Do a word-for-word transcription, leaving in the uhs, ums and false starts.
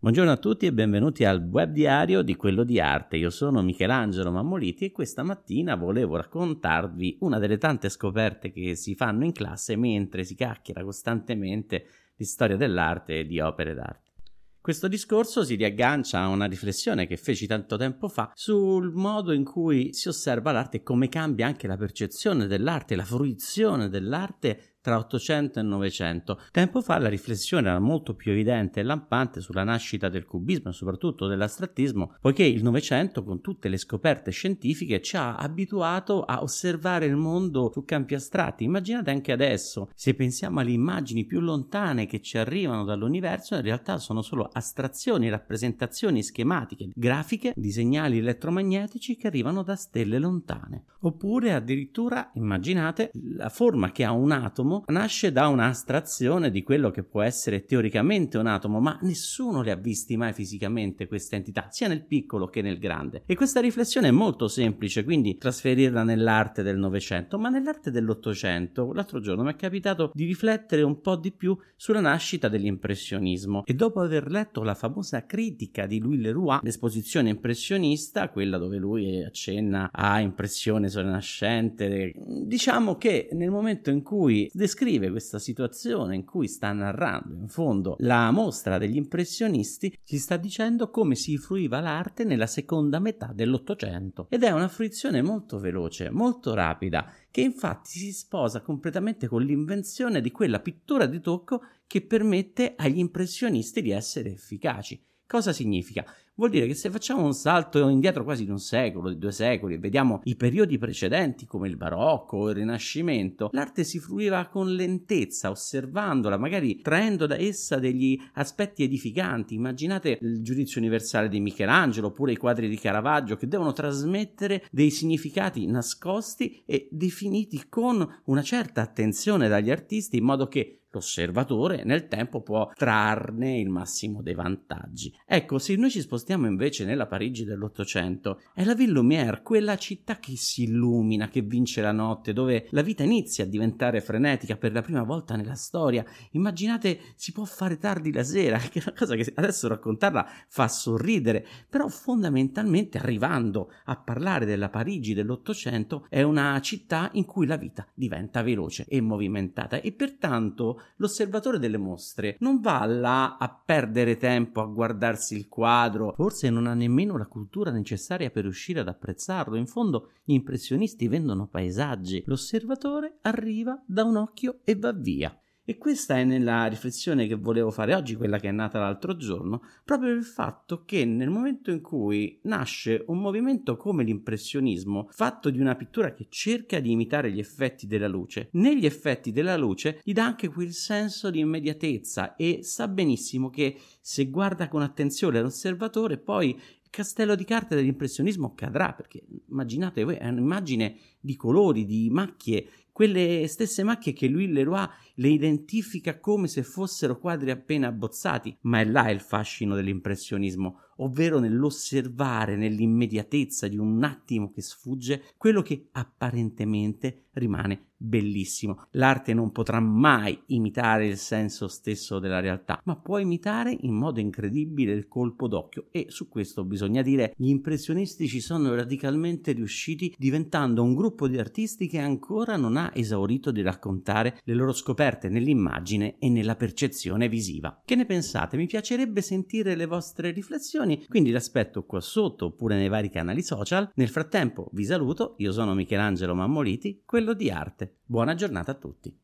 Buongiorno a tutti e benvenuti al web diario di Quello di Arte. Io sono Michelangelo Mammoliti e questa mattina volevo raccontarvi una delle tante scoperte che si fanno in classe mentre si chiacchiera costantemente di storia dell'arte e di opere d'arte. Questo discorso si riaggancia a una riflessione che feci tanto tempo fa sul modo in cui si osserva l'arte e come cambia anche la percezione dell'arte, la fruizione dell'arte tra Ottocento e Novecento. Tempo fa la riflessione era molto più evidente e lampante sulla nascita del cubismo e soprattutto dell'astrattismo, poiché il Novecento, con tutte le scoperte scientifiche, ci ha abituato a osservare il mondo su campi astratti. Immaginate anche adesso, se pensiamo alle immagini più lontane che ci arrivano dall'universo, in realtà sono solo astrazioni, rappresentazioni schematiche, grafiche di segnali elettromagnetici che arrivano da stelle lontane. Oppure addirittura, immaginate, la forma che ha un atomo nasce da un'astrazione di quello che può essere teoricamente un atomo, ma nessuno le ha visti mai fisicamente queste entità, sia nel piccolo che nel grande. E questa riflessione è molto semplice, quindi trasferirla nell'arte del Novecento, ma nell'arte dell'Ottocento. L'altro giorno mi è capitato di riflettere un po' di più sulla nascita dell'impressionismo e dopo aver letto la famosa critica di Louis Leroy, l'esposizione impressionista, quella dove lui accenna a impressione sovranascente, diciamo che nel momento in cui descrive questa situazione in cui sta narrando in fondo la mostra degli impressionisti, ci sta dicendo come si fruiva l'arte nella seconda metà dell'Ottocento, ed è una fruizione molto veloce, molto rapida, che infatti si sposa completamente con l'invenzione di quella pittura di tocco che permette agli impressionisti di essere efficaci. Cosa significa? Vuol dire che se facciamo un salto indietro quasi di un secolo, di due secoli, e vediamo i periodi precedenti come il Barocco o il Rinascimento, l'arte si fruiva con lentezza, osservandola, magari traendo da essa degli aspetti edificanti. Immaginate il Giudizio universale di Michelangelo oppure i quadri di Caravaggio, che devono trasmettere dei significati nascosti e definiti con una certa attenzione dagli artisti, in modo che l'osservatore nel tempo può trarne il massimo dei vantaggi. Ecco, se noi ci spostiamo invece nella Parigi dell'Ottocento, è la Ville Lumière, quella città che si illumina, che vince la notte, dove la vita inizia a diventare frenetica per la prima volta nella storia. Immaginate, si può fare tardi la sera, che è una cosa che adesso raccontarla fa sorridere, però fondamentalmente, arrivando a parlare della Parigi dell'Ottocento, è una città in cui la vita diventa veloce e movimentata, e pertanto l'osservatore delle mostre non va là a perdere tempo a guardarsi il quadro, forse non ha nemmeno la cultura necessaria per riuscire ad apprezzarlo. In fondo gli impressionisti vendono paesaggi, l'osservatore arriva, dà un occhio e va via. E questa è nella riflessione che volevo fare oggi, quella che è nata l'altro giorno, proprio il fatto che nel momento in cui nasce un movimento come l'impressionismo, fatto di una pittura che cerca di imitare gli effetti della luce, negli effetti della luce gli dà anche quel senso di immediatezza e sa benissimo che se guarda con attenzione l'osservatore, poi il castello di carte dell'impressionismo cadrà, perché immaginate voi, è un'immagine di colori, di macchie, quelle stesse macchie che Louis Leroy le identifica come se fossero quadri appena abbozzati, ma è là il fascino dell'impressionismo, ovvero nell'osservare, nell'immediatezza di un attimo che sfugge, quello che apparentemente rimane bellissimo. L'arte non potrà mai imitare il senso stesso della realtà, ma può imitare in modo incredibile il colpo d'occhio, e su questo bisogna dire gli impressionisti ci sono radicalmente riusciti, diventando un gruppo di artisti che ancora non ha esaurito di raccontare le loro scoperte nell'immagine e nella percezione visiva. Che ne pensate? Mi piacerebbe sentire le vostre riflessioni, quindi vi aspetto qua sotto oppure nei vari canali social. Nel frattempo vi saluto, io sono Michelangelo Mammoliti, Quello di Arte. Buona giornata a tutti.